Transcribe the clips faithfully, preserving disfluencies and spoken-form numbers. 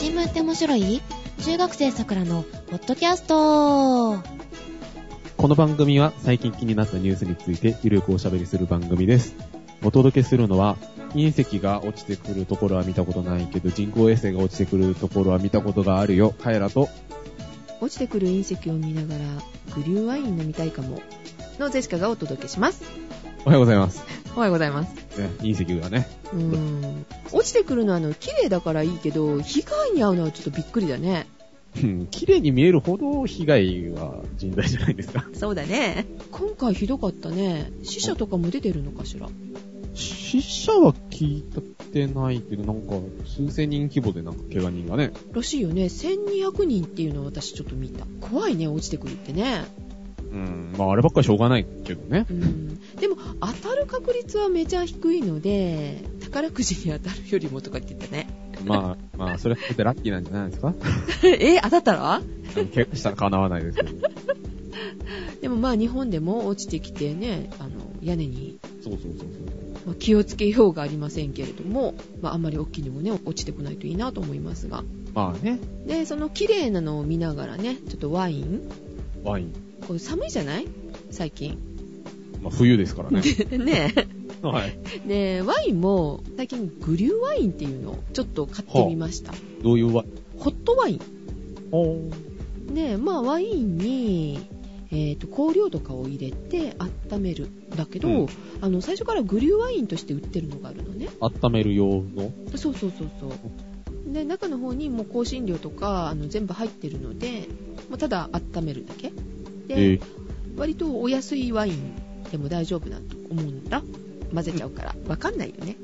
新聞って面白い？中学生さくらのポッドキャスト。 この番組は最近気になったニュースについてゆるくおしゃべりする番組です。お届けするのは、隕石が落ちてくるところは見たことないけど人工衛星が落ちてくるところは見たことがあるよ、カエラと。 落ちてくる隕石を見ながらグリューワイン飲みたいかものゼシカがお届けします。 おはようございます。 おはようございます。 ね、隕石がね、 うーん、落ちてくるのはあの綺麗だからいいけど、被害に遭うのはちょっとびっくりだね。 うん、綺麗に見えるほど被害は甚大じゃないですか。 そうだね。今回ひどかったね。死者とかも出てるのかしら。 死者は聞いてないけど、なんか数千人規模でなんか怪我人がね。 らしいよね。せんにひゃくにんっていうのを私ちょっと見た。怖いね、落ちてくるってね。 うん、まああればっかりしょうがないけどね。 うん。でも当たる確率はめちゃ低いので、宝くじに当たるよりもとかって言ったね。 まあまあそれってラッキーなんじゃないですか。 え、当たったら？ 怪我したら叶わないですけど。 でもまあ日本でも落ちてきてね、あの屋根に。 そうそうそうそう。 まあ、気をつけようがありませんけれども、まあ、あんまり大きいのもね落ちてこないといいなと思いますが、 まあね。 でその綺麗なのを見ながらね、ちょっとワインワインこれ寒いじゃない最近。 まあ冬ですからね。 ねえ。はい。 でワインも最近グリューワインっていうのをちょっと買ってみました。はあ、どういうワイン？ ホットワイン。 おー。 でまあワインにえー、と香料とかを入れて温めるんだけど、うん、あの最初からグリューワインとして売ってるのがあるのね。 温める用の？ そうそうそうそうで中の方にもう香辛料とかあの全部入ってるので、もうただ温めるだけで、えー、割とお安いワインでも大丈夫だと思うんだ。混ぜちゃうからわかんないよね。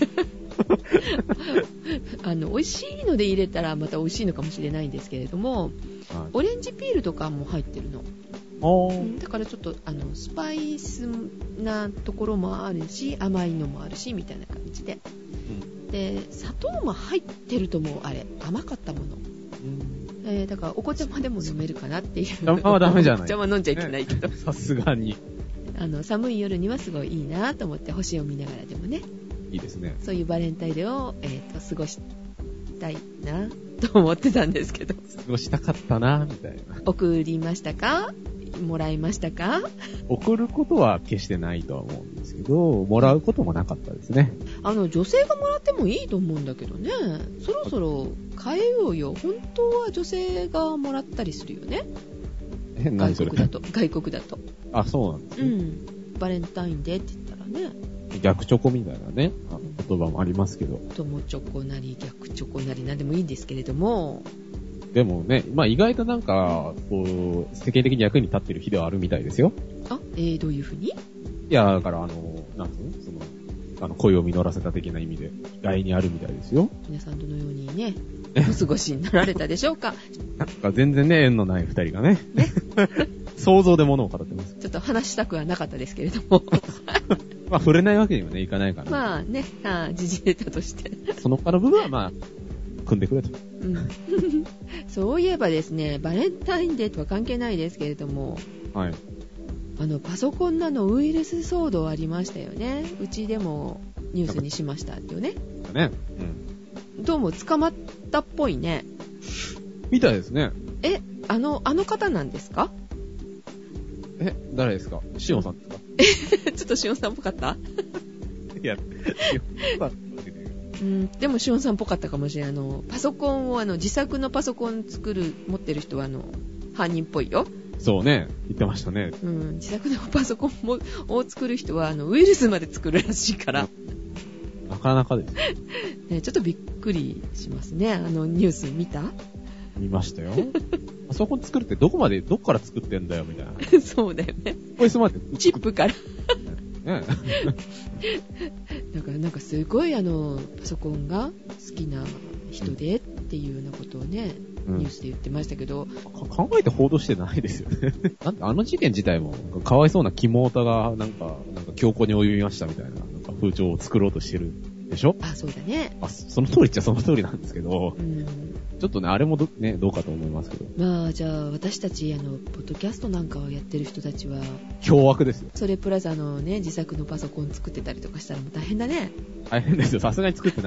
あの美味しいので入れたらまた美味しいのかもしれないんですけれども、はい、オレンジピールとかも入ってるの。だからちょっとあのスパイスなところもあるし甘いのもあるしみたいな感じで、うん、で砂糖も入ってるともうあれ甘かったもの、うんえー、だからお紅茶までも飲めるかなっていう。 お茶はダメじゃない。 お茶は飲んじゃいけないけど、 さすがにあの寒い夜にはすごいいいなと思って、星を見ながらでもね、 いいですね。 そういうバレンタインデーを、えー、と過ごしたいなと思ってたんですけど。過ごしたかったなみたいな。 送りましたか？もらいましたか？ 送ることは決してないとは思うんですけど、もらうこともなかったですね。 あの女性がもらってもいいと思うんだけどね。そろそろ変えようよ。本当は女性がもらったりするよね。 え、何それ？ 外国だと。外国だと。 あ、そうなんですね。 うん。バレンタインデーって言ったらね。 逆チョコみたいなね、あの言葉もありますけど。 友チョコなり逆チョコなりなんでもいいんですけれども。 でもね、まあ意外となんか、こう、世間的に役に立ってる日ではあるみたいですよ。 あ、えー、どういうふうに？ いや、だからあの、なんつうのその、あの、恋を実らせた的な意味で、意外にあるみたいですよ。 皆さんどのようにね、お過ごしになられたでしょうか？ なんか全然ね、縁のない二人がね。ね。想像で物を語ってます。 ちょっと話したくはなかったですけれども。 まあ、触れないわけにはね、いかないから。 まあね、あ時事ネタとして。 その他の部分はまあ、組んでくれと。 うん、そういえばですね、バレンタインデーとは関係ないですけれども、 はい、 あのパソコンのあのウイルス騒動ありましたよね。うちでもニュースにしましたっていうね。 ね、うん、 どうも捕まったっぽいね。 みたいですね。 え、あのあの方なんですか？ え、誰ですか？しおんさんですか？ ちょっとしおんさんっぽかった？ いや、しおんさんうん、でもしおんさんっぽかったかもしれない。あのパソコンをあの自作のパソコン作る持ってる人はあの犯人っぽいよ。 そうね、言ってましたね。 うん、自作のパソコンもを作る人はあのウイルスまで作るらしいから。 なかなかですね。ちょっとびっくりしますね。あのニュース見た？見ましたよ。パソコン作るってどこまでどこから作ってんだよみたいな。 そうだよね。 こいつまでチップから。 ね、 だからなんかすごいあのパソコンが好きな人でっていうようなことをね、うん、ニュースで言ってましたけど、 考えて報道してないですよね。なんあの事件自体もかわいそうなキモータがなんかなんか強行に及びましたみたいな、なんか風潮を作ろうとしてるでしょ。 あ、そうだね。 あ、その通りっちゃその通りなんですけど、 うん、 ちょっとねあれもどねどうかと思いますけど。 まあじゃあ私たちあのポッドキャストなんかをやってる人たちは凶悪ですよ。 それプラスあのね自作のパソコン作ってたりとかしたらもう大変だね。 大変ですよ。さすがに作ってない。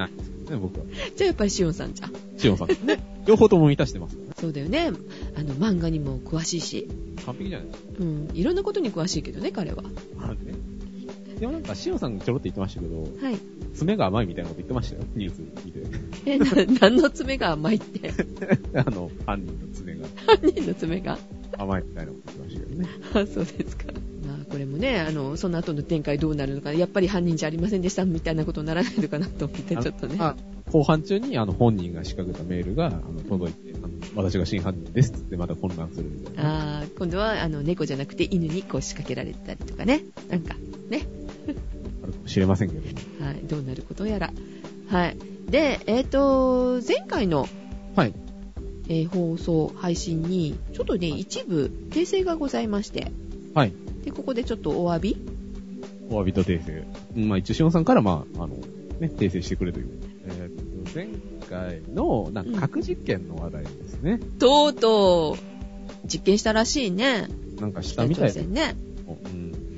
ね、僕は。 じゃあやっぱりシオンさんじゃん。 シオンさんですね。両方とも満たしてますからね。 そうだよね。あの、漫画にも詳しいし。 完璧じゃないですか。 うん。いろんなことに詳しいけどね、彼は。 あね。でもなんか、シオンさんちょろっと言ってましたけど、 はい。 爪が甘いみたいなこと言ってましたよ、ニュース見て。 え、な、何の爪が甘いって。 あの、犯人の爪が。 犯人の爪が甘いみたいなこと言ってましたけどね。 あ、そうですか。まあ、これもね、あの、その後の展開どうなるのか、やっぱり犯人じゃありませんでしたみたいなことにならないのかなと思って、ちょっとね。 あ、後半中にあの本人が仕掛けたメールがあの届いて、あの私が真犯人ですってまた混乱するみたいな。 ああ、今度はあの猫じゃなくて犬にこう仕掛けられたりとかね。なんか、ね。 あるかもしれませんけど。 はい、どうなることやら。はい。で、えっと、前回の、 はい。 えー、放送、配信に、ちょっとね、一部訂正がございまして。 はい。 で、ここでちょっとお詫びお詫びと訂正。うん、まあ一応、しおんさんから、まあ、あの、ね、訂正してくれという。えー、っと、前回の、なんか核実験の話題ですね。 うん、とうとう、実験したらしいね。 なんかしたみたいですね。 うん。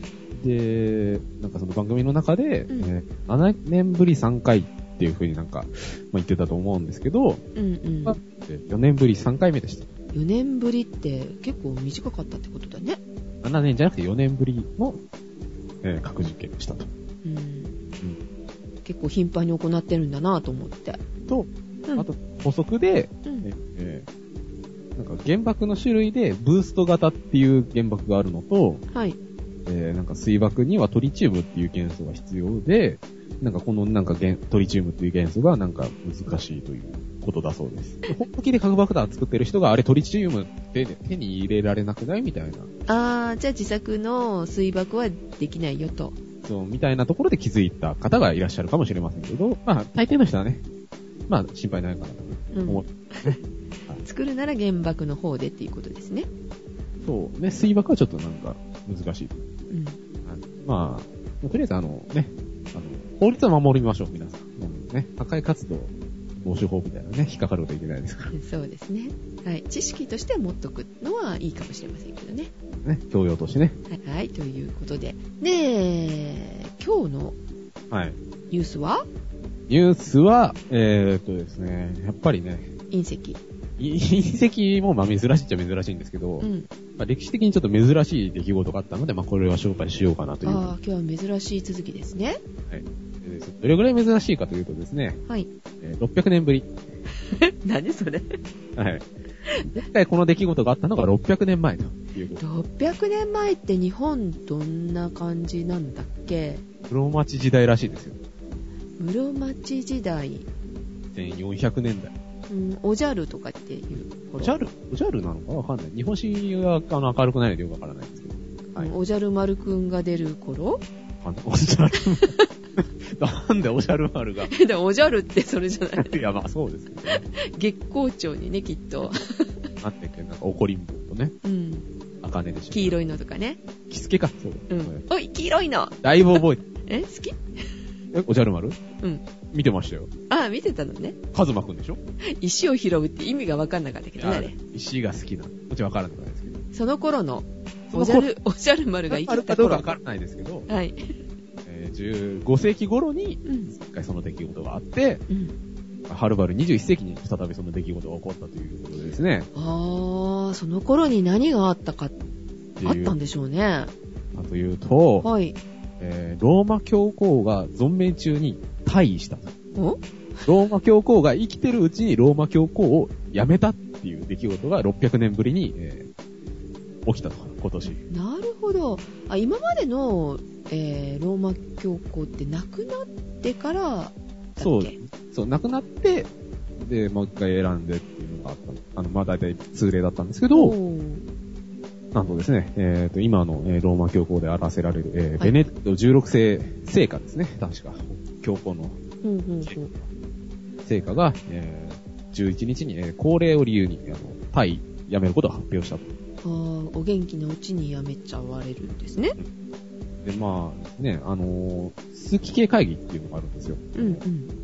で、なんかその番組の中で、 うん、 えー、ななねんぶりさんかいっていう風になんか、まあ、言ってたと思うんですけど、 うんうん。 よねんぶりさんかいめでした。 よねんぶりって結構短かったってことだね。 ななねんじゃなくてよねんぶりの、えー、核実験でしたと。 うんうん、結構頻繁に行ってるんだなと思って。 と、うん、あと補足で、うんえー、なんか原爆の種類でブースト型っていう原爆があるのと、 はい。 えー、なんか水爆にはトリチウムっていう元素が必要で、なんかこのなんかトリチウムっていう元素がなんか難しいということだそうです。本気で核爆弾作ってる人があれトリチウムって手に入れられなくないみたいな。 あー、じゃあ自作の水爆はできないよと。 そう、みたいなところで気づいた方がいらっしゃるかもしれませんけど、まあ大抵の人はね、まあ心配ないかなと思って、うんはい。作るなら原爆の方でっていうことですね。 そうね、水爆はちょっとなんか難しい。うん、まあ、とりあえずあのね、あの、法律は守りましょう、皆さん。うん、ね、破壊活動、防止法みたいなね、引っかかるといけないですから。 そうですね。はい。知識として持っとくのはいいかもしれませんけどね。 ね、教養としてね。 はい、はい、ということで。で、今日のニュースは、はい、 ニュースは、えー、っとですね、やっぱりね。 隕石。 隕石もまあ珍しいっちゃ珍しいんですけど、うんまあ、歴史的にちょっと珍しい出来事があったので、まあこれは紹介しようかなという。 ああ、今日は珍しい続きですね。 はい。どれぐらい珍しいかというとですね、 はい。 えー、ろっぴゃくねんぶり。 何それはい。今回この出来事があったのがろっぴゃくねんまえということ。 ろっぴゃくねんまえって日本どんな感じなんだっけ？ 室町時代らしいですよ。 室町時代。 せんよんひゃくねんだい。 うん、おじゃるとかっていうおじゃるおじゃるなのかわかんない。日本史があの明るくないのでよくわからないんですけど。 はい、おじゃる丸くんが出る頃あの、おじゃるなんでおじゃる丸がでおじゃるってそれじゃないいや、まあそうですけどね。 月光町にね、きっと。 なんてっけ、なんか怒りんぼとね。 うん。 あかねでしょ。 黄色いのとかね。 キスケか。そうだ。うん。おい、黄色いのだいぶ覚えてえ、好きえ、おじゃる丸うん。 見てましたよ。 ああ、見てたのね。 カズマくんでしょ石を拾うって意味がわかんなかったけどね、あれ。 石が好きな。こっちわからなくないですけど。 その頃の、おじゃる、おじゃる丸が生きてた頃。 かどうかわからないですけど。 はい。 えー、じゅうごせいき頃に、一回その出来事があって、うん。はるばるにじゅういっせいきに再びその出来事が起こったということでですね。 あー、その頃に何があったか、あったんでしょうね。 というと、 はい。 えー、ローマ教皇が存命中に退位したと。 おローマ教皇が生きてるうちにローマ教皇を辞めたっていう出来事がろっぴゃくねんぶりに、えー、起きたと、今年。 なるほど。あ、今までの、えー、ローマ教皇って亡くなってからだっけ？ そう、そう、亡くなって、で、もう一回選んでっていうのがあった。あの、まあ大体通例だったんですけど、なんとですね、えっ、ー、と、今の、えー、ローマ教皇で表せられる、えーはい、ベネディクトじゅうろくせい聖歌ですね、確か。教皇の。 うんうんうん聖歌が、えー、じゅういちにちに、えー、高齢を理由に、あの、退位、辞めることを発表したと。 ああ、お元気なうちに辞めちゃわれるんですね。 で、まあ、ね、あのー、枢機系会議っていうのがあるんですよ。 うんうん。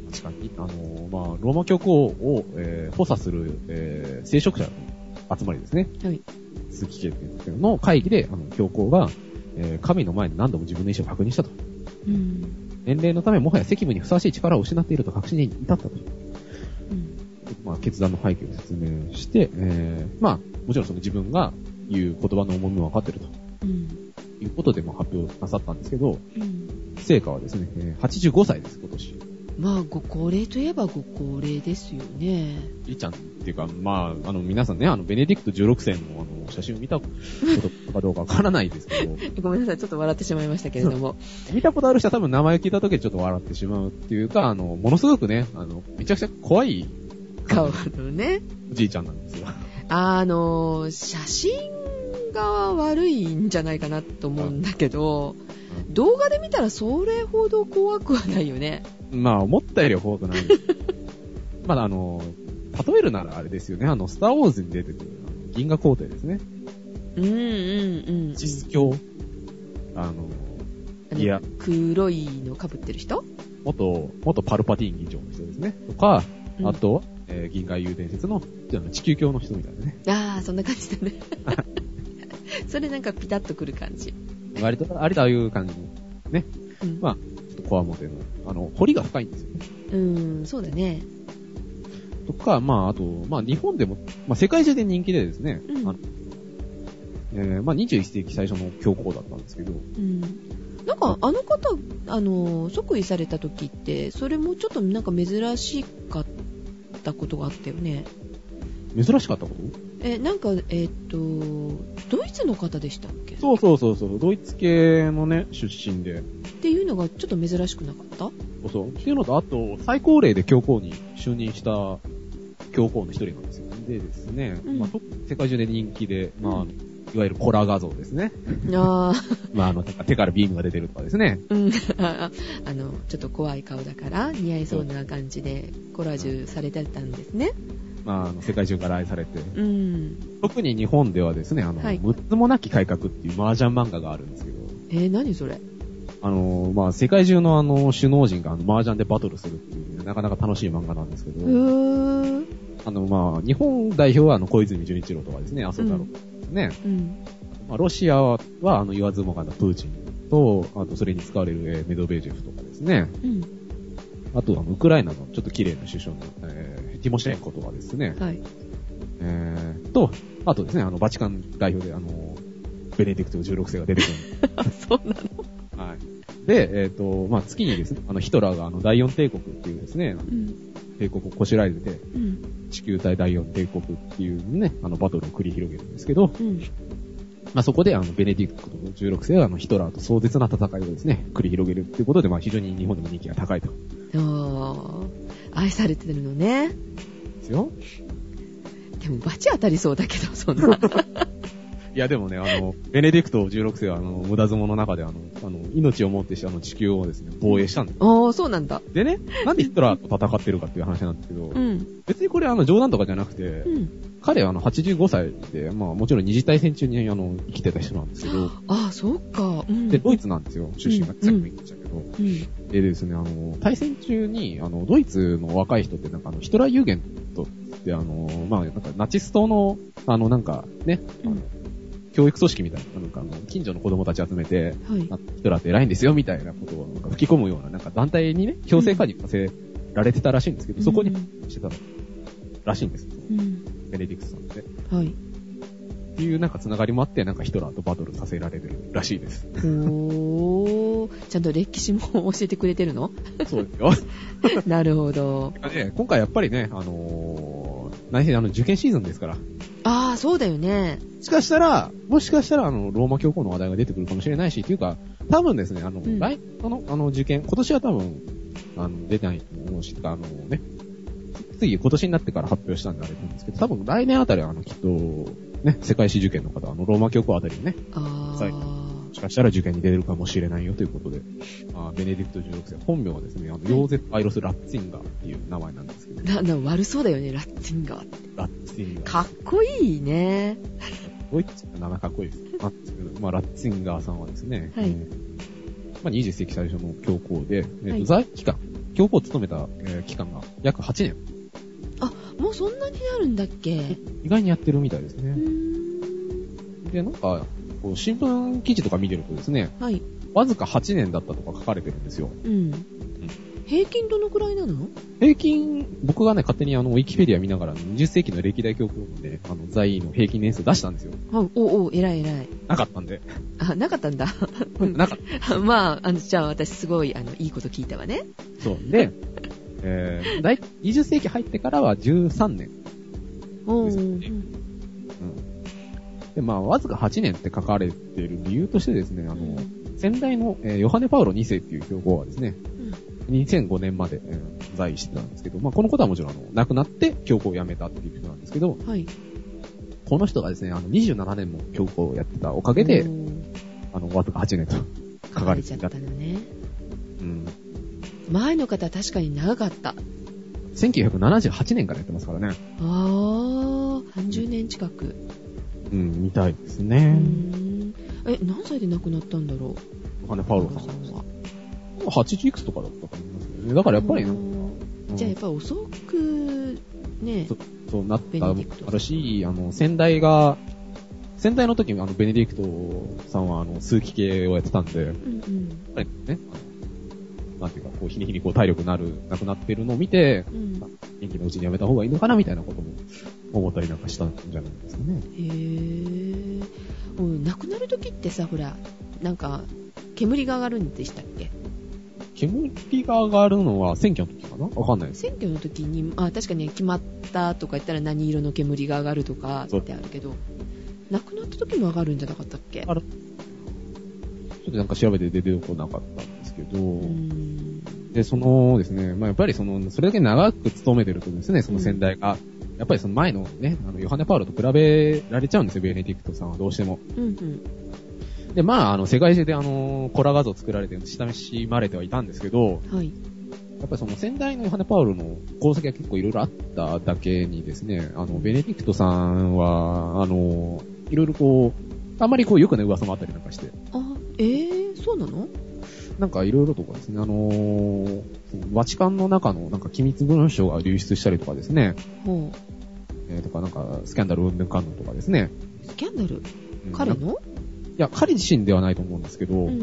確かに。あのー、まあ、ローマ教皇を、えー、補佐する、えー、聖職者の集まりですね。 はい。 枢機系っていうんですけどの会議で、あの、教皇が、えー、神の前で何度も自分の意思を確認したと。 うん。 年齢のためもはや責務にふさわしい力を失っていると確信に至ったと。うん、まあ、決断の背景を説明して、えー、まあ、もちろんその自分が言う言葉の重みも分かっていると。うん、いうことで、まあ、発表なさったんですけど、うん、成果はですね、えー、はちじゅうごさいです、今年。まあ、ご高齢といえばご高齢ですよね。 いいちゃんっていうか、まあ、あの、皆さんね、あの、ベネディクトじゅうろくせいの、あの、写真を見たことかどうかわからないですけど。 ごめんなさい、ちょっと笑ってしまいましたけれども。 見たことある人は多分名前を聞いた時にちょっと笑ってしまうっていうか、あの、ものすごくね、あの、めちゃくちゃ怖い顔のね。 おじいちゃんなんですよ。 あの、写真が悪いんじゃないかなと思うんだけど、うん、動画で見たらそれほど怖くはないよね。 まあ、思ったよりは怖くない。まだあの、例えるならあれですよね、あの、スターウォーズに出てくる、銀河皇帝ですね。 うんうんうん。 実況。あの、いや。 黒いの被ってる人？ 元、元パルパティーン議長の人ですね。とか、うん、あと、えー、銀河遊伝説の地球教の人みたいなね。 ああ、そんな感じだね。それなんかピタッとくる感じ。 割と、あれとああいう感じの、ね。うん、まあ、ちょっとコアモテの、あの、彫りが深いんですよね。 うん、そうだね。 とか、まあ、あと、まあ、日本でも、まあ、世界中で人気でですね、うん、あのえー、まあ、にじゅういっせいき最初の教皇だったんですけど、うん、 なんか、あの方、あの、即位された時って、それもちょっとなんか珍しかったことがあったよね。 珍しかったこと？ え、なんか、えー、っと、ドイツの方でしたっけ？ そうそうそうそう、ドイツ系のね、出身で。 っていうのがちょっと珍しくなかった？ そうそう。っていうのと、あと、最高齢で教皇に就任した教皇の一人なんですよ。でですね、うん、まあ、世界中で人気で、まあ、うん、いわゆるコラ画像ですね。あまあ、あの、手からビームが出てるとかですね。 うん。あの、ちょっと怖い顔だから似合いそうな感じでコラージュされてたんですね。 まあ、あの、世界中から愛されて。うん。特に日本ではですね、あの、はい、むっつもなき改革っていう麻雀漫画があるんですけど。 えー、何それ？ あの、まあ、世界中のあの、首脳陣があの、麻雀でバトルするっていう、ね、なかなか楽しい漫画なんですけど。うーん。あの、まあ、日本代表はあの、小泉純一郎とかですね、麻生太郎ですね。うん。まあ、ロシアは、あの、言わずもがなプーチンと、あとそれに使われる、えー、メドベージェフとかですね。うん。あと、あの、ウクライナのちょっと綺麗な首相の、えー、ティモシェンコとかですね。はい。えー、と、あとですね、あの、バチカン代表で、あの、ベネディクトじゅうろくせいが出てくる。 あ、そうなの？はい。で、えっ、ー、と、まあ、月にですね、あの、ヒトラーがあの、第四帝国っていうですね、うん、帝国をこしらえてて、うん、地球対第四帝国っていうね、あの、バトルを繰り広げるんですけど、うん、まあ、そこであの、ベネディクトじゅうろくせいはあの、ヒトラーと壮絶な戦いをですね、繰り広げるっていうことで、まあ、非常に日本でも人気が高いと。 ああ、愛されてるのね。 ですよ。 でも、バチ当たりそうだけど、そんな。 いやでもね、あの、ベネディクトじゅうろくせいは、あの、無駄相撲の中で、あの、あの、命をもってしてあの地球をですね、防衛したんです。 ああ、そうなんだ。 でね、なんでヒトラーと戦ってるかっていう話なんですけど、うん、別にこれあの、冗談とかじゃなくて、うん、彼はあの、はちじゅうごさいで、まあ、もちろん二次大戦中にあの、生きてた人なんですけど、 ああ、そうか。うん、 で、ドイツなんですよ、出身が。さっきも言っちゃうけど、うん、でですね、あの、大戦中に、あの、ドイツの若い人ってなんかあの、ヒトラーユーゲントって、あの、まあ、なんかナチス党の、あの、なんかね、あの、うん教育組織みたいな、なんかあの、近所の子供たち集めて、はい、ヒトラーって偉いんですよ、みたいなことをなんか吹き込むような、なんか団体にね、強制加入させられてたらしいんですけど、うん、そこにしてたらしいんですよ。うん、ベネディクトさんって。はい。っていうなんかつながりもあって、なんかヒトラーとバトルさせられてるらしいです。 おー、ちゃんと歴史も教えてくれてるの？ そうですよ。 なるほど。 ね、今回やっぱりね、あのー、何せあの、受験シーズンですから。 ああ、そうだよね。 もしかしたら、もしかしたら、あの、ローマ教皇の話題が出てくるかもしれないし、っていうか、多分ですね、あの、うん、来、その、あの、受験、今年は多分、あの、出てないと思うし、あのね、次、今年になってから発表したんであれなんですけど、多分来年あたりは、あの、きっと、ね、世界史受験の方、あの、ローマ教皇あたりにね、ああ。もしかしたら受験に出れるかもしれないよということで、あベネディクトじゅうろくせい、本名はですね、あの、ヨーゼフ・アイロス・ラッツィンガーっていう名前なんですけど、ね。 な、な、悪そうだよね、ラッツィンガーって。 ラッツィンガー。 かっこいいね。 ドイツの名前かっこいいです。あまあ、ラッツィンガーさんはですね、はい、えー、まあ、にじゅっせいき最初の教皇で、えーはい、在期間、教皇を務めた、えー、期間が約はちねん。 あ、もうそんなになるんだっけ？ 意外にやってるみたいですね。で、なんか、こう新聞記事とか見てるとですね、はい、 わずかはちねんだったとか書かれてるんですよ。 うん。うん、平均どのくらいなの？ 平均、僕がね、勝手にあの、ウィキペディア見ながら、にじゅっせいきの歴代教皇で、あの、在位の平均年数出したんですよ。 おおお、偉い偉い。 なかったんで。 あ、なかったんだ。 なかった。 まあ、あの、じゃあ私すごい、あの、いいこと聞いたわね。 そう。で、えー、だいにじゅっせいき入ってからはじゅうさんねんですね。 おー、うん。 で、まあ、わずかはちねんって書かれている理由としてですね、あの、先代の、えー、ヨハネ・パウロにせいっていう教皇はですね、うん、にせんごねんまで、えー、在位してたんですけど、まあ、このことはもちろん、あの、亡くなって教皇を辞めたっていう人なんですけど、はい。この人がですね、あの、にじゅうななねんも教皇をやってたおかげで、あの、わずかはちねんと書かれていた。 書かれちゃったのね。 うん。 前の方は確かに長かった。 せんきゅうひゃくななじゅうはちねんからやってますからね。 ああ、さんじゅうねん近く。 うん、みたいですね。 え、何歳で亡くなったんだろう。 ヨハネ・パウロさんは。はちじゅういくつとかだったと思いますけどね。だからやっぱりね。 うん、じゃあやっぱり遅く、ね。 そ, そうなったあるし、あの、先代が、先代の時にあの、ベネディクトさんはあの、数奇系をやってたんで、うんうん、やっぱりね、なんていうか、こう、日に日にこう、体力なる、なくなってるのを見て、うん、元気のうちにやめた方がいいのかな、みたいなことも思ったりなんかしたんじゃないですかね。 へぇー。うん、亡くなる時ってさ、ほら、なんか、煙が上がるんでしたっけ？ 煙が上がるのは選挙の時かな？わかんないです。 選挙の時に、あ、確かに決まったとか言ったら何色の煙が上がるとかってあるけど、亡くなった時も上がるんじゃなかったっけ？ある。ちょっとなんか調べて出てこなかったんですけど、うん、で、そのですね、まあやっぱりその、それだけ長く勤めてるとですね、その先代が、うん、やっぱりその前のね、あの、ヨハネ・パウロと比べられちゃうんですよ、ベネディクトさんはどうしても。うんうん、で、まあ、あの、世界中であの、コラ画像作られて、親しまれてはいたんですけど、はい。やっぱりその先代のヨハネ・パウロの功績が結構いろいろあっただけにですね、あの、ベネディクトさんは、あの、いろいろこう、あんまりこう、よくね、噂もあったりなんかして。 あ、えー、そうなの？ なんかいろいろとかですね、あのー、バチカンの中のなんか機密文書が流出したりとかですね、ほう。えー、とかなんかスキャンダルうんぬんかんぬんとかですね。 スキャンダル？うん、彼の？ いや、彼自身ではないと思うんですけど、うん、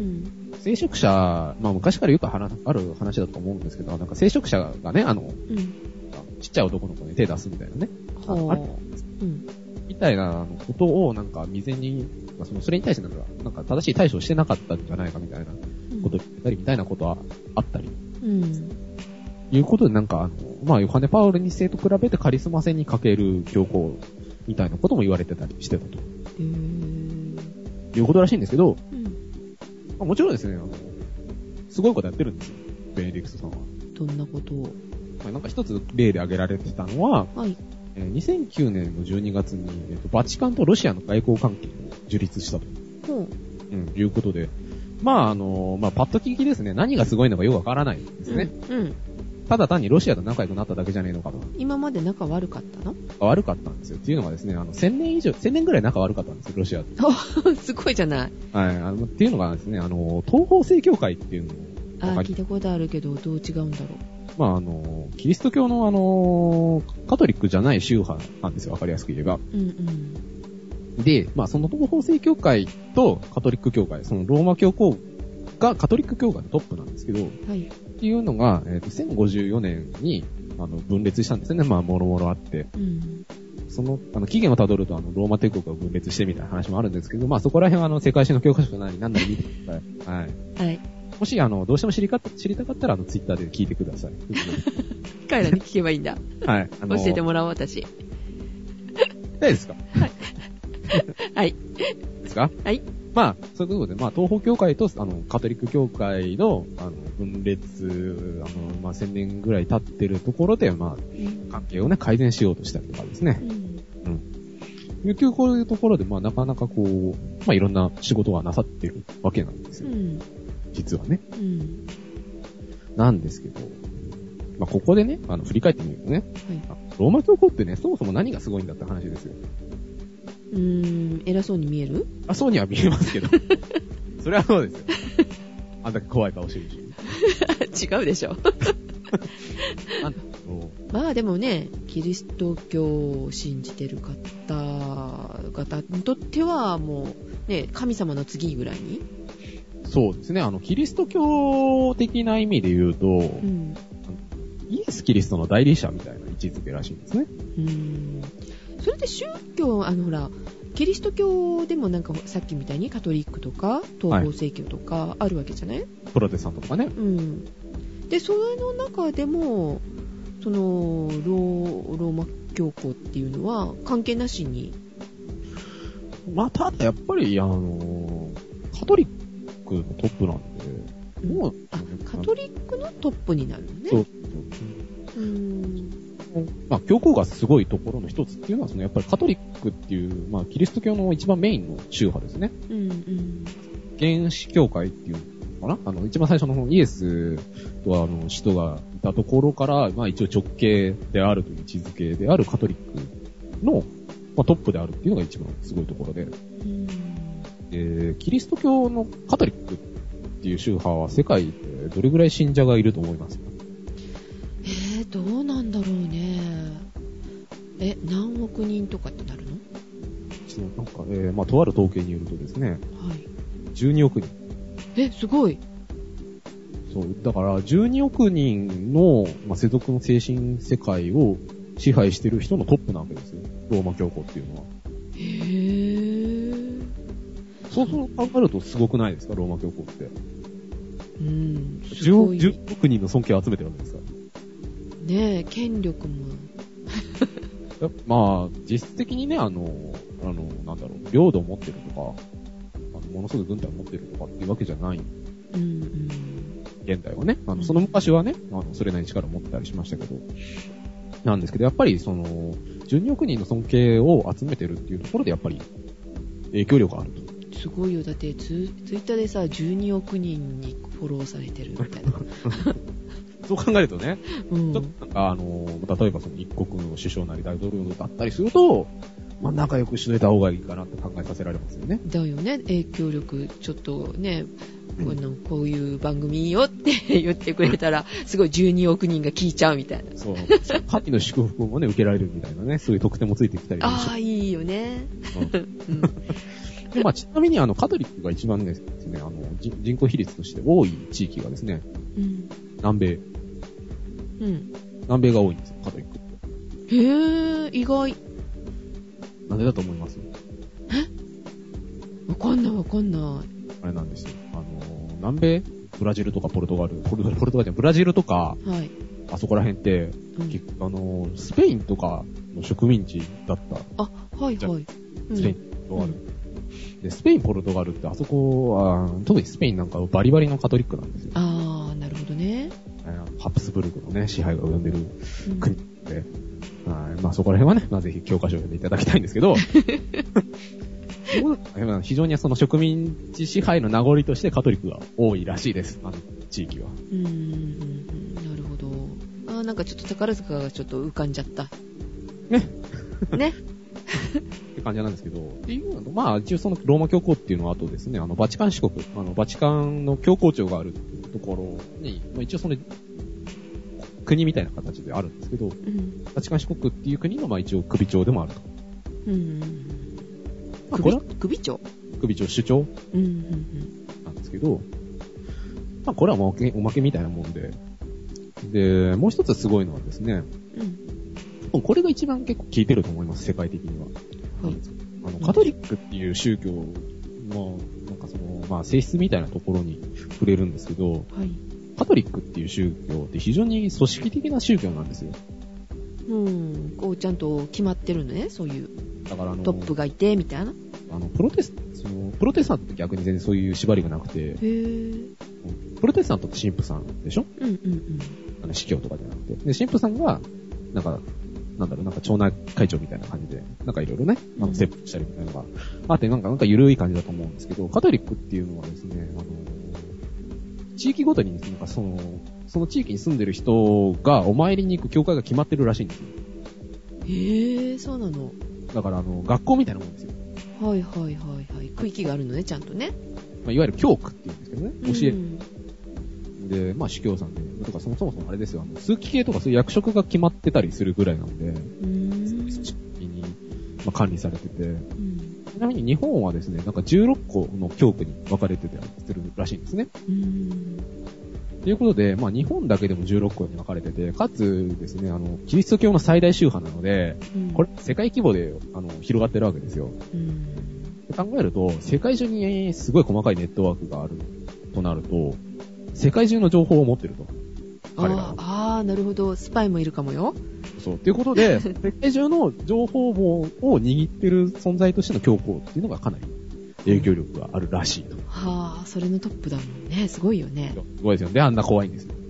聖職者、まあ昔からよく話ある話だと思うんですけど、なんか聖職者がね、あの、うん、ちっちゃい男の子に手出すみたいなね、ああるんです、うん、みたいなことをなんか未然に、まあ、そのそれに対してなんか、なんか正しい対処をしてなかったんじゃないかみたいなことを言ったりみたいなことはあったり、うん、いうことでなんかあの、まあヨハネ・パウロに世と比べてカリスマ性に欠ける教皇みたいなことも言われてたりしてたと。へー、いうことらしいんですけど、うんまあ、もちろんですね、あの、すごいことやってるんですよ、ベネディクトさんは。 どんなことを？ まあ、なんか一つ例で挙げられてたのは、はい、えー、にせんきゅうねんのじゅうにがつに、えーと、バチカンとロシアの外交関係を樹立したと、うんうん、いうことで、まああの、まあパッと聞きですね、何がすごいのかよくわからないんですね。うん。うん、ただ単にロシアと仲良くなっただけじゃねえのかと。 今まで仲悪かったの？ 悪かったんですよ。っていうのがですね、あの、千年以上、千年ぐらい仲悪かったんですよ、ロシアと。すごいじゃない。 はい。あの、っていうのがですね、あの、東方正教会っていうのを。 ああ、聞いたことあるけど、どう違うんだろう。 まああの、キリスト教のあの、カトリックじゃない宗派なんですよ、わかりやすく言えば。うんうん。で、まあその東方正教会とカトリック教会、そのローマ教皇がカトリック教会のトップなんですけど、はい。っていうのが、えっと、せんごじゅうよねんに、あの、分裂したんですよね。まあ、もろもろあって。うん。その、あの、起源をたどると、あの、ローマ帝国が分裂してみたいな話もあるんですけど、まあ、そこら辺は、あの、世界史の教科書なり、なんなり見てください。はい。はい。もし、あの、どうしても知りか、知りたかったら、あの、ツイッターで聞いてください。 彼らに聞けばいいんだ。はい。あのー、教えてもらおう、私。 大丈夫ですか？はい。 はい。 ですか？はい。まあ、そういうことで、まあ、東方教会と、あの、カトリック教会の、あの、分裂、あの、まあ、千年ぐらい経ってるところで、まあ、関係をね、改善しようとしたりとかですね。うん。うん。いう、こういうところで、まあ、なかなかこう、まあ、いろんな仕事がなさってるわけなんですよ。うん。実はね。うん。なんですけど、まあ、ここでね、あの、振り返ってみるとね、はい、ローマ教皇ってね、そもそも何がすごいんだって話ですよ。 うーん、偉そうに見える？ あ、そうには見えますけど。それはそうですよ。あんだけ怖い顔してるし。違うでしょ。なんまあでもね、キリスト教を信じてる方々にとってはもうね、神様の次ぐらいにそうですね。あの、キリスト教的な意味で言うと、うん、イエス・キリストの代理者みたいな位置づけらしいんですね。 うーん。それで宗教、あのほら、キリスト教でもなんかさっきみたいにカトリックとか東方正教とかあるわけじゃない、はい、 プロテスタントとかね。 うん。で、それの中でも、その、ロー、ローマ教皇っていうのは関係なしに。 まあ、ただやっぱり、あの、カトリックのトップなんで、 もう、あ、カトリックのトップになるのね。そう。 うーん。まあ、教皇がすごいところの一つっていうのは、そのやっぱりカトリックっていう、まあ、キリスト教の一番メインの宗派ですね。うんうん。原始教会っていうのかな、あの、一番最初のイエスとは、あの、使徒がいたところから、まあ、一応直系であるという位置づけであるカトリックの、まあ、トップであるっていうのが一番すごいところで。うん。で、キリスト教のカトリックっていう宗派は世界でどれぐらい信者がいると思いますか？ えー、どうなんだろうね。え、何億人とかってなるの？ そうなんか、えー、まあ、とある統計によるとですね、はい、じゅうにおくにん。 え、すごい。 そう、だからじゅうにおくにんの、まあ、世俗の精神世界を支配してる人のトップなわけですよ。ローマ教皇っていうのは。 へー。 そうそう考えるとすごくないですか、ローマ教皇って。 うん。すごい。 じゅうおくにんの尊敬を集めてるわけですから。 ねえ、権力も。 まあ、実質的にね、あの、あの、なんだろう、領土を持ってるとか、あの、ものすごい軍隊を持ってるとかっていうわけじゃない。うんうん。現代はね、あの、その昔はね、あの、それなりに力を持ってたりしましたけど、なんですけど、やっぱりその、じゅうにおくにんの尊敬を集めてるっていうところで、やっぱり、影響力があると。 すごいよ。だってツ、ツイッターでさ、じゅうにおくにんにフォローされてるみたいな。 そう考えるとね、うん、ちょっとあの、例えばその一国の首相なり大統領だったりすると、まあ仲良くしといた方がいいかなって考えさせられますよね。 だよね、影響力、ちょっとね、うん、こういう番組いいよって言ってくれたら、すごいじゅうにおくにんが聞いちゃうみたいな。 そう。神の祝福もね、受けられるみたいなね、そういう特典もついてきたり。 ああ、いいよね。 うんでまあ、ちなみにあのカトリックが一番ですね、あの人口比率として多い地域がですね、うん、南米。うん。南米が多いんですよ、カトリックって。 へぇー、意外。 なんでだと思います？ え？わかんないわかんない。 あれなんですよ。あの、南米ブラジルとかポルトガル、ポルトガル、ポルトガルじゃん、ブラジルとか、はい、あそこら辺って、うん、あの、スペインとかの植民地だった。 あ、はいはい。 スペイン、ポルトガル。うんで、スペイン、ポルトガルってあそこは、特にスペインなんかはバリバリのカトリックなんですよ。 あー、なるほどね。 ハプスブルクのね、支配が及んでる国で、うん、はいまあそこら辺はね、まあぜひ教科書を読んでいただきたいんですけど、非常にその植民地支配の名残としてカトリックが多いらしいです、あの地域は。 うーん、なるほど。あー、なんかちょっと宝塚がちょっと浮かんじゃった。 ね。ね。って感じなんですけど、っていうのまあ一応そのローマ教皇っていうのはあとですね、あのバチカン市国、あのバチカンの教皇庁があるところに、まあ一応その国みたいな形であるんですけど、うん、バチカン市国っていう国のまあ一応首長でもあると。うん。 まあ、首, 首長首長、首長、うんうんうん、なんですけど、まあこれはおまけ、おまけみたいなもんで、で、もう一つすごいのはですね、うん、これが一番結構効いてると思います、世界的には。はい、あのカトリックっていう宗教の、なんかその、まあ性質みたいなところに触れるんですけど、はい、カトリックっていう宗教って非常に組織的な宗教なんですよ。 うん、こうちゃんと決まってるのね、そういう。だからあの、トップがいて、みたいな。 あの、プロテス、その、プロテスタントって逆に全然そういう縛りがなくて、へー。プロテスタントって神父さんでしょ？うんうんうん。あの、司教とかじゃなくて。で、神父さんが、なんか、なんだろう、なんか町内会長みたいな感じで、なんかいろいろね、あの、セップしたりみたいなのがあって、なんか、なんか緩い感じだと思うんですけど、カトリックっていうのはですね、あの、地域ごとにですね、なんかその、その地域に住んでる人がお参りに行く教会が決まってるらしいんですよ。 へー、そうなの。 だから、あの、学校みたいなもんですよ。 はいはいはいはい。区域があるのね、ちゃんとね。 まあ、いわゆる教区っていうんですけどね、教え。うん、で、まあ、司教さんで、とかそもそもあれですよ、あの、枢機系とかそういう役職が決まってたりするぐらいなので、うん、組織に、まあ、管理されてて、うん、 ちなみに日本はですね、なんかじゅうろっこの教区に分かれてたりするらしいんですね。 うーん。 ということで、まあ日本だけでもじゅうろっこに分かれてて、かつですね、あの、キリスト教の最大宗派なので、うん、これ世界規模であの広がってるわけですよ。うん、考えると、世界中にすごい細かいネットワークがあるとなると、世界中の情報を持ってると。彼らは。 ああ、なるほど。スパイもいるかもよ。 そう。ということで、世界中の情報網を握ってる存在としての教皇っていうのがかなり影響力があるらしいと。 はあ、それのトップだもんね。すごいよね。 すごいですよね。あんな怖いんですよ。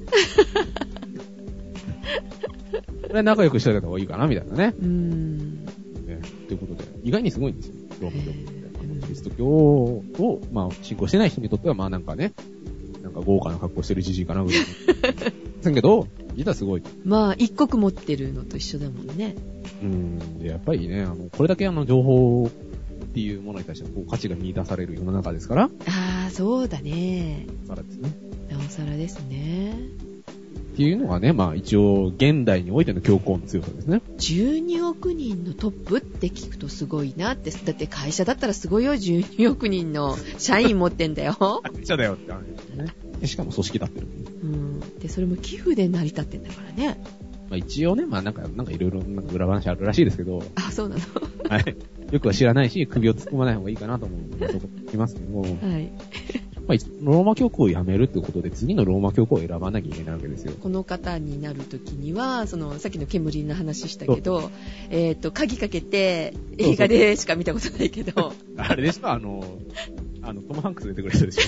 これ仲良くしてあげた方がいいかな、みたいなね。うーん。ね。ということで、意外にすごいんですよ。ローマ教って。キリスト教を、まあ、信仰してない人にとっては、まあなんかね、なんか豪華な格好してるじじいかな、ぐらい。ですけど、実はすごい。 まあ、一国持ってるのと一緒だもんね。 うーん。で、やっぱりね、あの、これだけあの、情報っていうものに対してこう価値が見出される世の中ですから。 ああ、そうだね。 なおさらですね。 なおさらですね。 っていうのがね、まあ一応、現代においての教皇の強さですね。 じゅうにおくにんのトップって聞くとすごいなって、だって会社だったらすごいよ、じゅうにおくにんの社員持ってんだよ。 会社だよって話ですね。しかも組織立ってる。 うん。で、それも寄付で成り立ってんだからね。 まあ一応ね、まあなんか、なんかいろいろなんか裏話あるらしいですけど。 あ、そうなのはい。よくは知らないし、首を突っ込まない方がいいかなと思うので、そこ聞きますけど。はい。まあ、ローマ教皇を辞めるってことで、次のローマ教皇を選ばなきゃいけないわけですよ。 この方になるときには、その、さっきの煙の話したけど、えっと、鍵かけて、映画でしか見たことないけど。 そうそうあれでしょあの、あの、トムハンクス出てくる人でし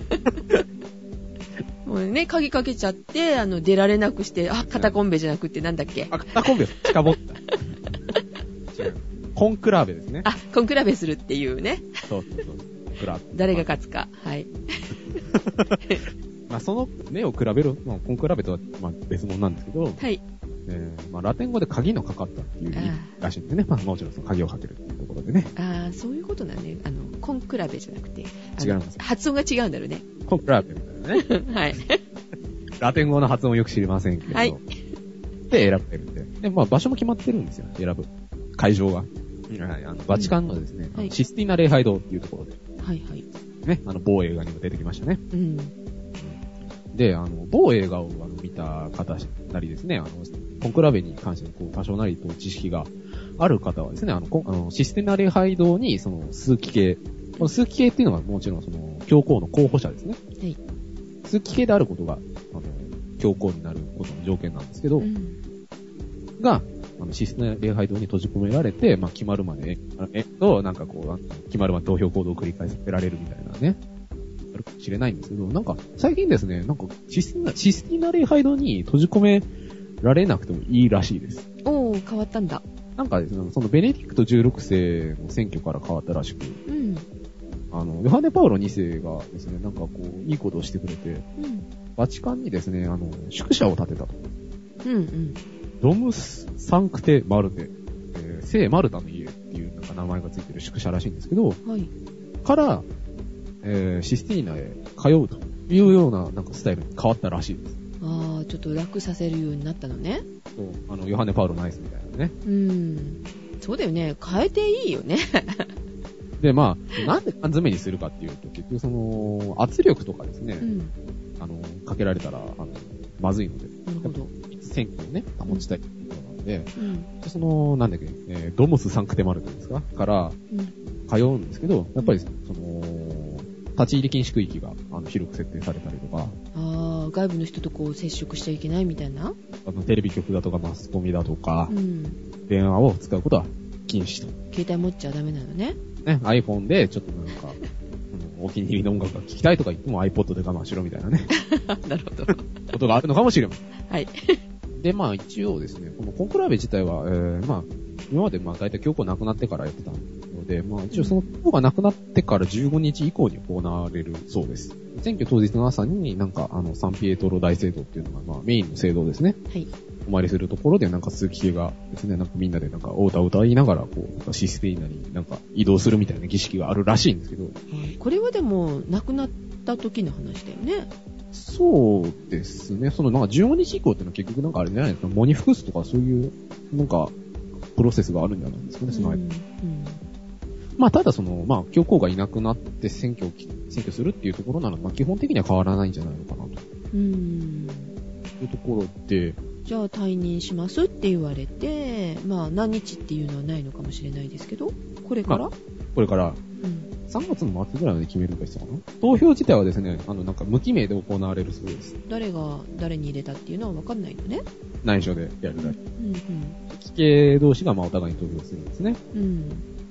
ょもうね、鍵かけちゃって、あの、出られなくして、あ、カタコンベじゃなくてなんだっけ。 あ、カタコンベです。近ぼった。違う。コンクラーベですね。 あ、コンクラーベするっていうね。そうそうそう。誰が勝つか。はい。まあその目を比べる、まあ、コンクラベとはまあ別物なんですけど、はい。えー、まあラテン語で鍵のかかったっていう意味らしいんですね。まあもちろんその鍵をかけるっていうところでね。 ああ、そういうことだね。あの、コンクラベじゃなくて。 違います。 発音が違うんだろうね。 コンクラベみたいなね。はい。ラテン語の発音をよく知りませんけど。はい。で、選ばれるんで。で、まあ場所も決まってるんですよ。選ぶ。会場が。はい。あの、バチカンのですね、うんはい、システィーナ礼拝堂っていうところで。はいはい。ね、あの、某映画にも出てきましたね。うん。で、あの、某映画をあの見た方なりですね、あの、コンクラベに関してこう多少なりと知識がある方はですね、あの、あのシスティーナ礼拝堂にその枢機系、この枢機系っていうのがもちろんその教皇の候補者ですね。はい。枢機系であることが、あの、教皇になることの条件なんですけど、うん、が、あの、システィナ礼拝堂に閉じ込められて、まあ、決まるまで、えっと、なんかこう、決まるまで投票行動を繰り返させられるみたいなね、あるかもしれないんですけど、なんか、最近ですね、なんか、システィナ、システィナ礼拝堂に閉じ込められなくてもいいらしいです。 おー、変わったんだ。 なんかですね、そのベネディクトじゅうろくせいの選挙から変わったらしく、うん。あの、ヨハネ・パウロにせいがですね、なんかこう、いいことをしてくれて、うん。バチカンにですね、あの、宿舎を建てたと。うんうん。ドムス・サンクテ・マルテ、えー、聖マルタの家っていうなんか名前がついてる宿舎らしいんですけど、はい、から、えー、システィーナへ通うというようななんかスタイルに変わったらしいです。 ああ、ちょっと楽させるようになったのね。 そう、あの、ヨハネ・パウロナイスみたいなね。 うん。そうだよね。変えていいよね。 で、まあ、なんで缶詰にするかっていうと、結局その、圧力とかですね、うん、あの、かけられたら、あの、まずいので。なるほど。選挙をね、保ちたいっていうことなので、うん、その、なんだっけ、えー、ドモス・サンクテマルテですかから、通うんですけど、やっぱり、その、立ち入り禁止区域が、あの、広く設定されたりとか。 ああ、外部の人とこう接触しちゃいけないみたいなあの、テレビ局だとかマスコミだとか、うん、電話を使うことは禁止と。 携帯持っちゃダメなのね。 ね、iPhone でちょっとなんか、お気に入りの音楽が聴きたいとか言っても iPod で我慢しろみたいなね。 なるほど。 ことがあるのかもしれません。 はい。 で、まあ一応ですね、このコンクラベ自体は、えー、まあ、今までまあ大体教皇亡くなってからやってたので、まあ一応その教皇が亡くなってからじゅうごにち以降に行われるそうです。選挙当日の朝になんかあのサンピエトロ大聖堂っていうのがまあメインの聖堂ですね。はい。お参りするところでなんか枢機系がですね、なんかみんなでなんかお歌を歌いながらこう、なんかシスティーナになんか移動するみたいな儀式があるらしいんですけど。はい、 これはでも亡くなった時の話だよね。 そうですね。そのなんかじゅうごにち以降っていうのは結局なんかあれじゃないですか。喪に服すとかそういうなんかプロセスがあるんじゃないですかね、その間。うんうん、 まあ、ただその、まあ、教皇がいなくなって選挙を、選挙するっていうところなら、まあ、基本的には変わらないんじゃないのかなと。 うーん。 いうところで、 じゃあ退任しますって言われて、まあ何日っていうのはないのかもしれないですけど、これから、まあ、 これから、うん、さんがつの末ぐらいまで決めるかしたかな。投票自体はですね、あの、なんか無記名で行われるそうです。 誰が誰に入れたっていうのは分かんないのね。 内緒でやるだけ。うんうん。 貴系同士がまあお互いに投票するんですね。 うん。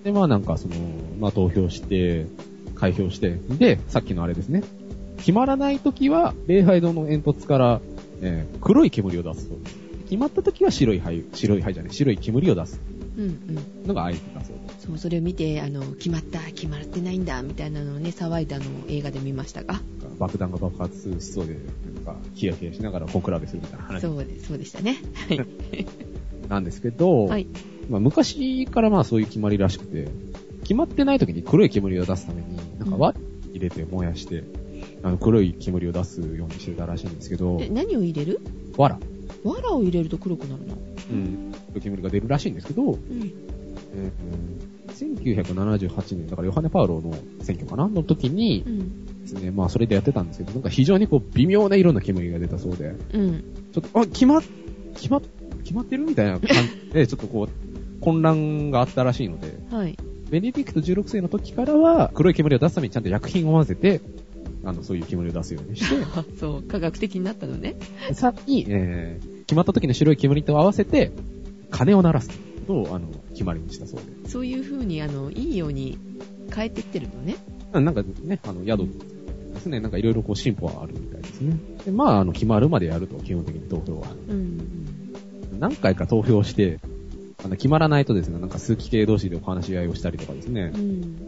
で、まあなんかその、まあ投票して、開票して、で、さっきのあれですね。決まらないときは、礼拝堂の煙突から、えー、黒い煙を出すそうです。決まったときは白い灰、白い灰じゃない、白い煙を出す。 うんうん。 のが合図だそうです。 そう、それを見て、あの、決まった、決まってないんだ、みたいなのをね、騒いだのを映画で見ましたが。 爆弾が爆発しそうで、なんか、ヒヤヒヤしながらコンクラベするみたいな話。 そうで、そうでしたね。はい。 なんですけど、はい。まあ、昔からまあそういう決まりらしくて、決まってない時に黒い煙を出すために、なんか輪入れて燃やして、うん、あの黒い煙を出すようにしてたらしいんですけど。 え、何を入れる？ わら。 わらを入れると黒くなるの？ うん。煙が出るらしいんですけど、うん。えー、せんきゅうひゃくななじゅうはちねん、だからヨハネ・パウロの選挙かなの時に、うん、ですね、まあそれでやってたんですけど、なんか非常にこう微妙な色の煙が出たそうで、うん。ちょっと、あ、決まっ、決まっ、決まってるみたいな感じで、ちょっとこう、混乱があったらしいので、はい。ベネディクトじゅうろくせいの時からは、黒い煙を出すためにちゃんと薬品を混ぜて、あの、そういう煙を出すようにして。 そう、科学的になったのね。 さらに、えー、決まった時の白い煙と合わせて、鐘を鳴らすと、あの、決まりにしたそうで。 そういう風に、あの、いいように変えてってるのね。 なんかね、あの、宿ですね、なんかいろいろこう進歩はあるみたいですね。で、まあ、あの、決まるまでやると、基本的に投票は。うん。何回か投票して、あの、決まらないとですね、なんか数奇系同士でお話し合いをしたりとかですね、うん、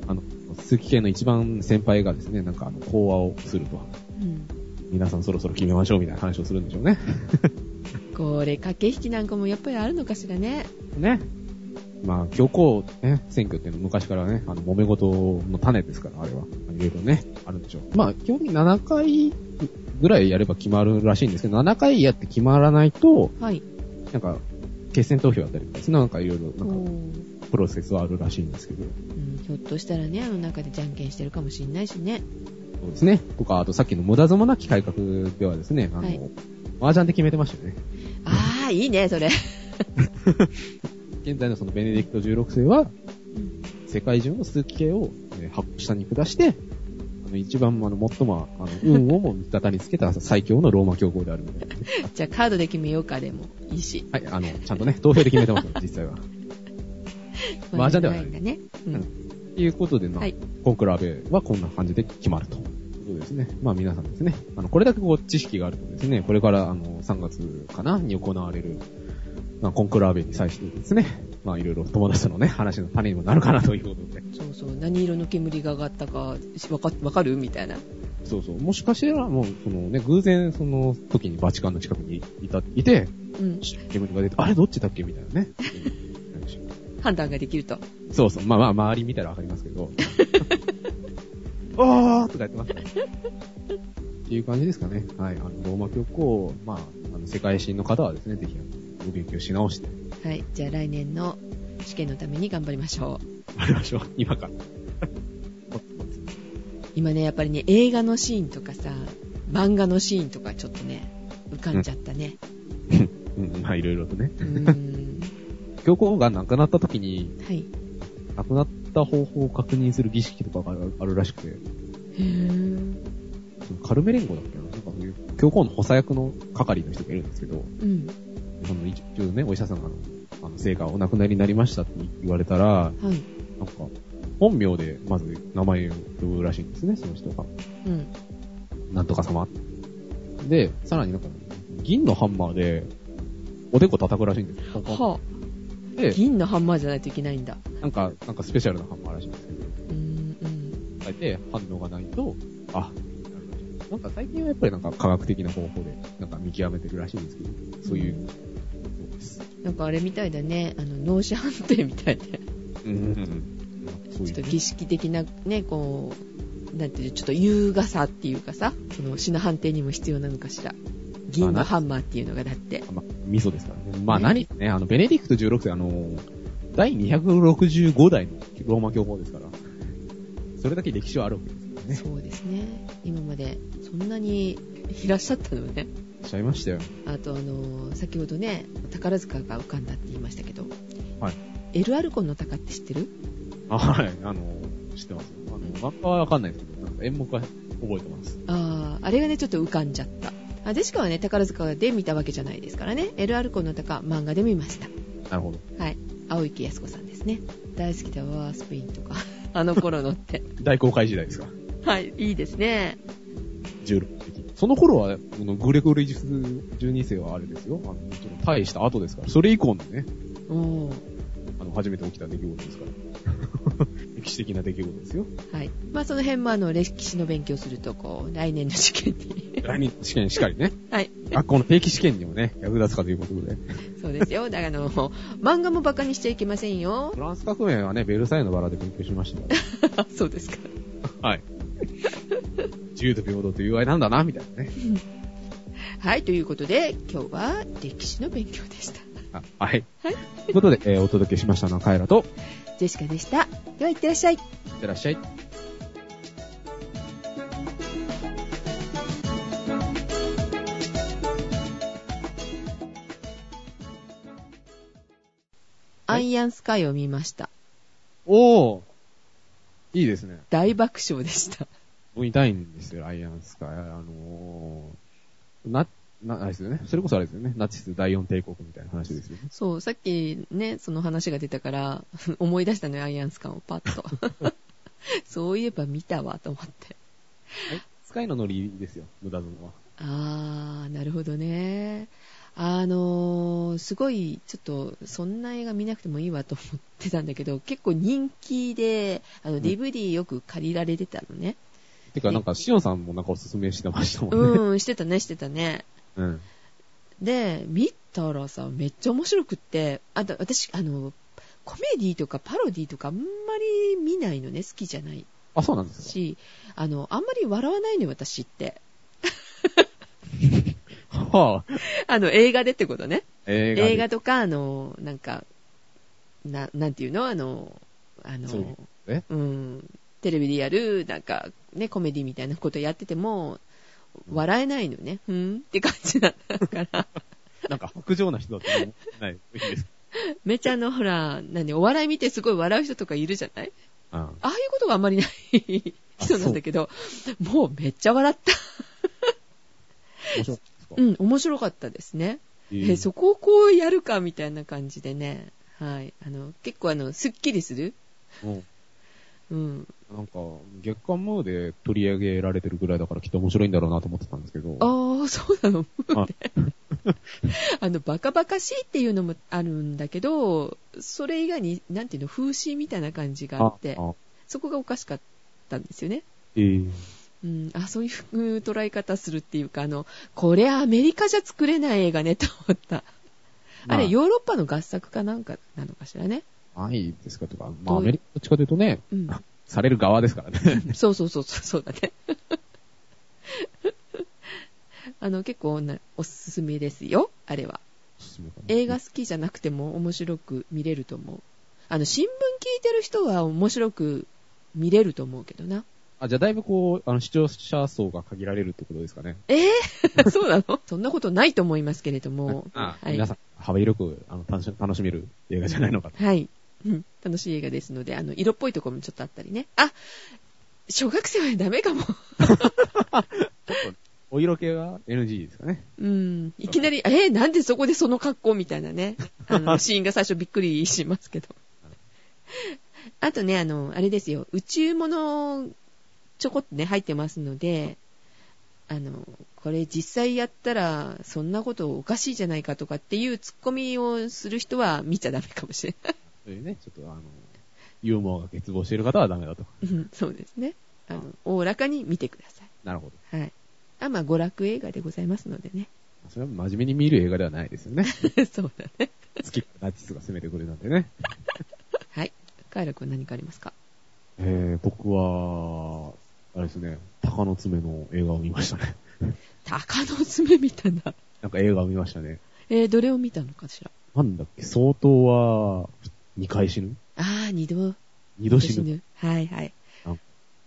あの、数奇系の一番先輩がですね、なんかあの、講話をすると、うん、皆さんそろそろ決めましょうみたいな話をするんでしょうね。 これ、駆け引きなんかもやっぱりあるのかしらね。 ね。まあ、教皇、ね、選挙っていうのは昔からね、あの、揉め事の種ですから、あれは。いろいろね、あるんでしょう。まあ、基本的にななかいぐらいやれば決まるらしいんですけど、ななかいやって決まらないと、はい。なんか、決選投票だったりとかですね、なんかいろいろ、なんか、プロセスはあるらしいんですけど。 うん、ひょっとしたらね、あの中でじゃんけんしてるかもしれないしね。 そうですね。とか、あとさっきの無駄相撲なき改革ではですね、あの、はい、麻雀で決めてましたよね。 ああ、いいね、それ。 現在のそのベネディクトじゅうろくせいは、うん、世界中の数奇系を、えー、下に下して、あの一番あの最もあの運をも味方につけた最強のローマ教皇であるみたいな、ね。 じゃあカードで決めようかでもいいし。 はい、あのちゃんとね投票で決めてます実際は。麻雀ではないんだね。うん。ということでまあ、はい、コンクラーベはこんな感じで決まると。そうですね。まあ皆さんですね。あのこれだけこう知識があるとですね、これからあのさんがつかなに行われる。まあ、コンクラーベに際してですね、まあいろいろ友達とのね、話の種にもなるかなということで。 そうそう、何色の煙が上がったか、わか、わかるみたいな。 そうそう、もしかしたらもう、そのね、偶然その時にバチカンの近くにいた、いて、うん、煙が出て、あれどっちだっけみたいなね。 判断ができると。 そうそう、まあまあ周り見たらわかりますけど。あーとか言ってます、ね。っていう感じですかね。はい、あの、ローマ教皇、まあ、あの世界史の方はですね、ぜひ、お勉強し直して。 はい。じゃあ来年の試験のために頑張りましょう。頑張りましょう。今から。 今ね、やっぱりね、映画のシーンとかさ、漫画のシーンとかちょっとね、浮かんじゃったね。 うん、うん、まあいろいろとね。うーん。教皇が亡くなった時に、はい。亡くなった方法を確認する儀式とかがあるらしくて。へー。カルメ連合だっけな、なんかそういう教皇の補佐役の係の人がいるんですけど、うん。その一応ね、お医者さんがあの、生がお亡くなりになりましたって言われたら、はい。なんか、本名でまず名前を呼ぶらしいんですね、その人が。うん。なんとか様。で、さらになんか、銀のハンマーで、おでこ叩くらしいんですよ。はあ。で、銀のハンマーじゃないといけないんだ。 なんか、なんかスペシャルなハンマーらしいんですけど。うん、うん。書いて、反応がないと、あ、なんか最近はやっぱりなんか科学的な方法でなんか見極めてるらしいんですけど、そういう、うん、そうです。 なんかあれみたいだね、あの脳死判定みたいで、うんうんうん、そういうちょっと儀式的なね、こうなんていうちょっと優雅さっていうかさ、その死の判定にも必要なのかしら。銀のハンマーっていうのがだって、 まあ、味噌ですからね。まあ何ね、ね、あのベネディクトじゅうろくせいあの第にひゃくろくじゅうごだいのローマ教皇ですから。 それだけ歴史はあるわけですよね。 そうですね。今までそんなにいらっしゃったのね。 いらっしゃいましたよ。 あとあの先ほどね、宝塚が浮かんだって言いましたけど、 はい。 エルアルコンの鷹って知ってる？ あ、はい。あの知ってますよ。あの漫画はわかんないですけど、なんか演目は覚えてます。 ああ、あれがねちょっと浮かんじゃった。あ、ジェシカはね宝塚で見たわけじゃないですからね。エルアルコンの鷹漫画で見ました。 なるほど。 はい。青池康子さんですね。大好きだわスペインとかあの頃のって大航海時代ですか？ はい、いいですね。 じゅうろくせき。その頃はこのグレゴリジスじゅうにせいはあれですよ。あの大した後ですから。それ以降のね、 おー、 あの初めて起きた出来事ですから。歴史的な出来事ですよ。 はい。まあその辺もあの歴史の勉強するとこう来年の試験に来年の試験しかりね。 はい。 学校の定期試験にもね役立つかということで。 そうですよ。だからあの漫画もバカにしちゃいけませんよ。 フランス革命はねベルサイユのバラで勉強しましたから。 そうですか。 はい。自由と平等という愛なんだなみたいなね。 はい、ということで今日は歴史の勉強でした。 あ、はい。 はい。 ということで、えー、お届けしましたのはカエラとジェシカでした。ではいってらっしゃい。 いってらっしゃい。 アイアンスカイを見ました。 おー、いいですね。 大爆笑でした。 見たいんですよ、アイアンスカイ。あのー、な、な、あれですよね。それこそあれですよね。ナチス第四帝国みたいな話ですよね。 そう、さっきね、その話が出たから思い出したのよ、アイアンスカイをパッと。そういえば見たわと思って。 はい。スカイのノリですよ、無駄園は。 あー、なるほどね。あのー、すごいちょっとそんな映画見なくてもいいわと思ってたんだけど、結構人気であの ディーブイディー よく借りられてたのね。 てかなんかシオンさんもなんかおすすめしてましたもんね。 うん、してたねしてたね。 うん。 で見たらさめっちゃ面白くって、あと私あのコメディとかパロディとかあんまり見ないのね、好きじゃない。 あ、そうなんですか。 し、あのあんまり笑わないのよ私って。 はあ、 あの映画でってことね。 映画映画とかあのなんかななんていうのあのあのそうえうんテレビでやるなんかねコメディみたいなことやってても笑えないのね。うんって感じだからなんか白状な人だと思ってないいいですか。 めちゃのほら何お笑い見てすごい笑う人とかいるじゃない。 ああ、 ああいうことがあんまりない人なんだけど、もうめっちゃ笑った面白かったですか。 うん、面白かったですね。 えー、 え、そこをこうやるかみたいな感じでね、はい、あの結構あのスッキリする。 うんうん、 なんか月刊ムーで取り上げられてるぐらいだからきっと面白いんだろうなと思ってたんですけど。 ああ、そうなの。ああのバカバカしいっていうのもあるんだけど、それ以外になんていうの風刺みたいな感じがあって、ああそこがおかしかったんですよね。 えーうん、あ、そういう捉え方するっていうか、あのこれアメリカじゃ作れない映画ねと思った。まあ、あれヨーロッパの合作かなんかなのかしらね。 ないですかとか、まあアメリカどっちかというとね、うん、される側ですからね。 そうそうそうそうだね。あの結構なおすすめですよ、あれは。映画好きじゃなくても面白く見れると思う。あの新聞聞いてる人は面白く見れると思うけどな。 あ、じゃあだいぶこうあの視聴者層が限られるってことですかね。 えー、そうなの？そんなことないと思いますけれども。 ああ、はい、皆さん幅広くあの楽し、楽しめる映画じゃないのかと。 はい、うん、楽しい映画ですので、あの色っぽいところもちょっとあったりね。あ、小学生はダメかも。 お色気は エヌジー ですかね。 うん。いきなり、えー、なんでそこでその格好みたいなね。あの、シーンが最初びっくりしますけど。あとね、あの、あれですよ。宇宙物、ちょこっとね、入ってますので、あの、これ実際やったら、そんなことおかしいじゃないかとかっていうツッコミをする人は見ちゃダメかもしれない。 そういうね、ちょっとあの、ユーモアが欠乏している方はダメだと。 うん、そうですね。あの、おおらかに見てください。 なるほど。 はい。あ、まあ、娯楽映画でございますのでね。 それは真面目に見る映画ではないですよね。 そうだね。 好きなナチスが攻めてくるなんてね。 はい。カイラ君何かありますか？ えー、僕は、あれですね、鷹の爪の映画を見ましたね。 鷹の爪見たんだ。 なんか映画を見ましたね。 えー、どれを見たのかしら。 なんだっけ、相当は、にかい死ぬ？ あー、二度。 二度死ぬ。 はいはい。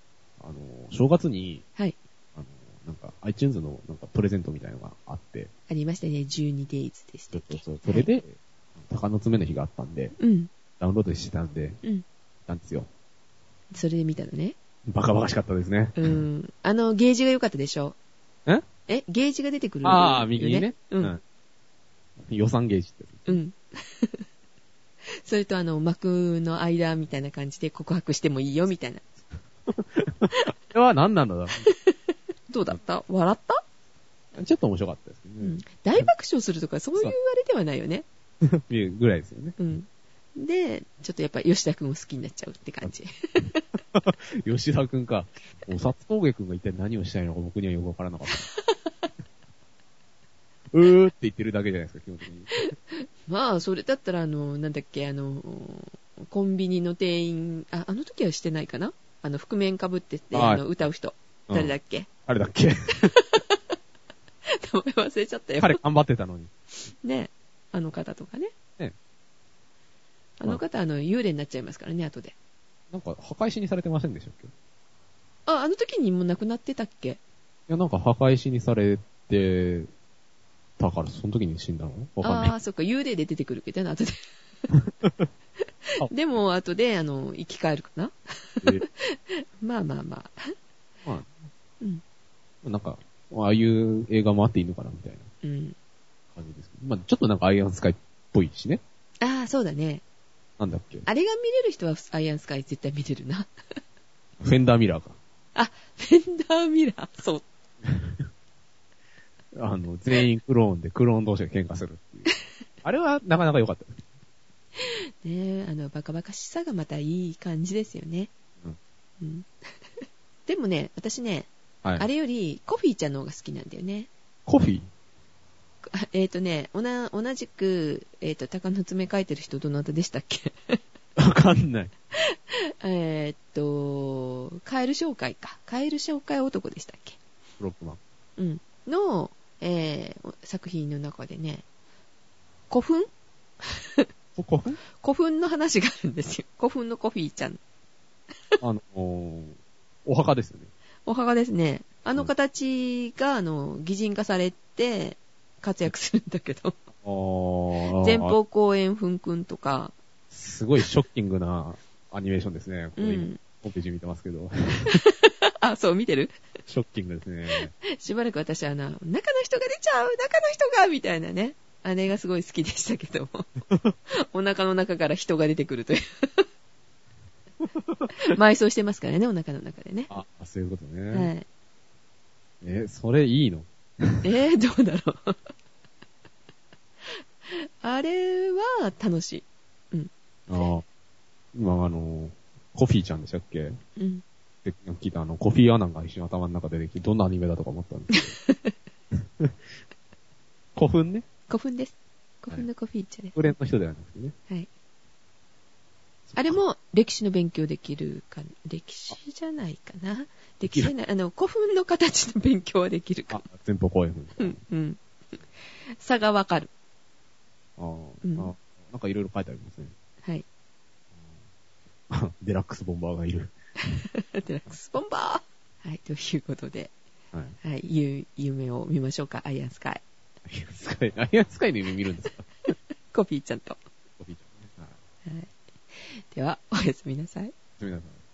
正月に、 はい。 あの、なんか iTunes のなんかプレゼントみたいなのがあって。 ありましたね、じゅうにデイズでしたっけ。 そうそうそう。それで、はい、鷹の爪の日があったんで、 うん。 ダウンロードしてたんで、 うん。 なんですよ。 それで見たのね。 バカバカしかったですね。 うん。あの、ゲージが良かったでしょ。 ええゲージが出てくる、ね。 ああ、右にね。 うん。 予算ゲージって。 うん。それとあの、幕の間みたいな感じで告白してもいいよみたいな。 これは何なんだろう。 どうだった笑ったちょっと面白かったですけどね。うん、 大爆笑するとかそういうあれではないよね。 ぐらいですよね。 うん。で、ちょっとやっぱ吉田くんを好きになっちゃうって感じ。 吉田くんか。おさつ峠くんが一体何をしたいのか僕にはよくわからなかった。うーって言ってるだけじゃないですか、基本的に。 まあ、それだったらあの、なんだっけ、あの、コンビニの店員、あ、あの時はしてないかなあの、覆面被ってて、あの、歌う人。誰だっけ、うん、 あれだっけ名前忘れちゃったよ。 彼頑張ってたのに。 ねあの方とかね。 ねあの方、あの、幽霊になっちゃいますからね、後で。 なんか、墓石にされてませんでしたっけあ、あの時にもう亡くなってたっけいや、なんか墓石にされてたから、その時に死んだのわかんない。 ああ、そっか、幽霊で出てくるけどね、後で。でも、後で、あの、生き返るかなまあまあまあ。 まあ、 うん。 なんか、ああいう映画もあっていいのかな、みたいな感じですけど。うん、まあちょっとなんかアイアンスカイっぽいしね。 ああ、そうだね。 なんだっけ。 あれが見れる人はアイアンスカイ絶対見れるな。 フェンダーミラーか。 あ、フェンダーミラー、そう。 あの、全員クローンでクローン同士が喧嘩するっていう。あれはなかなか良かった。 ねえ、あの、バカバカしさがまたいい感じですよね。うん。うん、でもね、私ね、はい、あれよりコフィーちゃんの方が好きなんだよね。 コフィーえっ、ー、とね、おな、同じく、えっ、ー、と、鷹の爪書いてる人どなたでしたっけわかんない。 えっと、カエル紹介か。カエル紹介男でしたっけロックマン。 うん。の、えー、作品の中でね、古墳古墳古墳の話があるんですよ。古墳のコフィーちゃん。 あの、お墓ですよね。 お墓ですね。あの形が、あの、擬人化されて活躍するんだけど。前方後円墳君とか。 すごいショッキングなアニメーションですね。これ今、ホームページ見てますけど。 あ、そう、見てる？ ショッキングですね。 しばらく私はあの、中の人が出ちゃう中の人がみたいなね。あれがすごい好きでしたけども。お腹の中から人が出てくるという。埋葬してますからね、お腹の中でね。 あ、そういうことね。 はい。 え、それいいの？ えー、どうだろう。あれは楽しい。うん。 ああ。今あの、コフィーちゃんでしたっけ？ うん。 で、聞いたあの、コフィーアナンが一瞬頭の中で出てきて、どんなアニメだとか思ったんですけど。古墳ね。 古墳です。古墳のコフィーちゃんです。 古墳の人ではなくてね。 はい。あれも歴史の勉強できるか、歴史じゃないかな。歴史じゃない、あの、古墳の形の勉強はできるか。 あ、前方後円墳。 うん、うん。差がわかる。 あ、うん、あ、なんかいろいろ書いてありますね。 はい。 デラックスボンバーがいる。 デラックスボンバーはい、ということで、 はい。 はい、いう夢を見ましょうか、アイアンスカイ。 アイアンスカイ、アイアンスカイの夢見るんですか？ コピーちゃんと。 コピーちゃんね。はい。 はい。では、おやすみなさい。 おやすみなさい。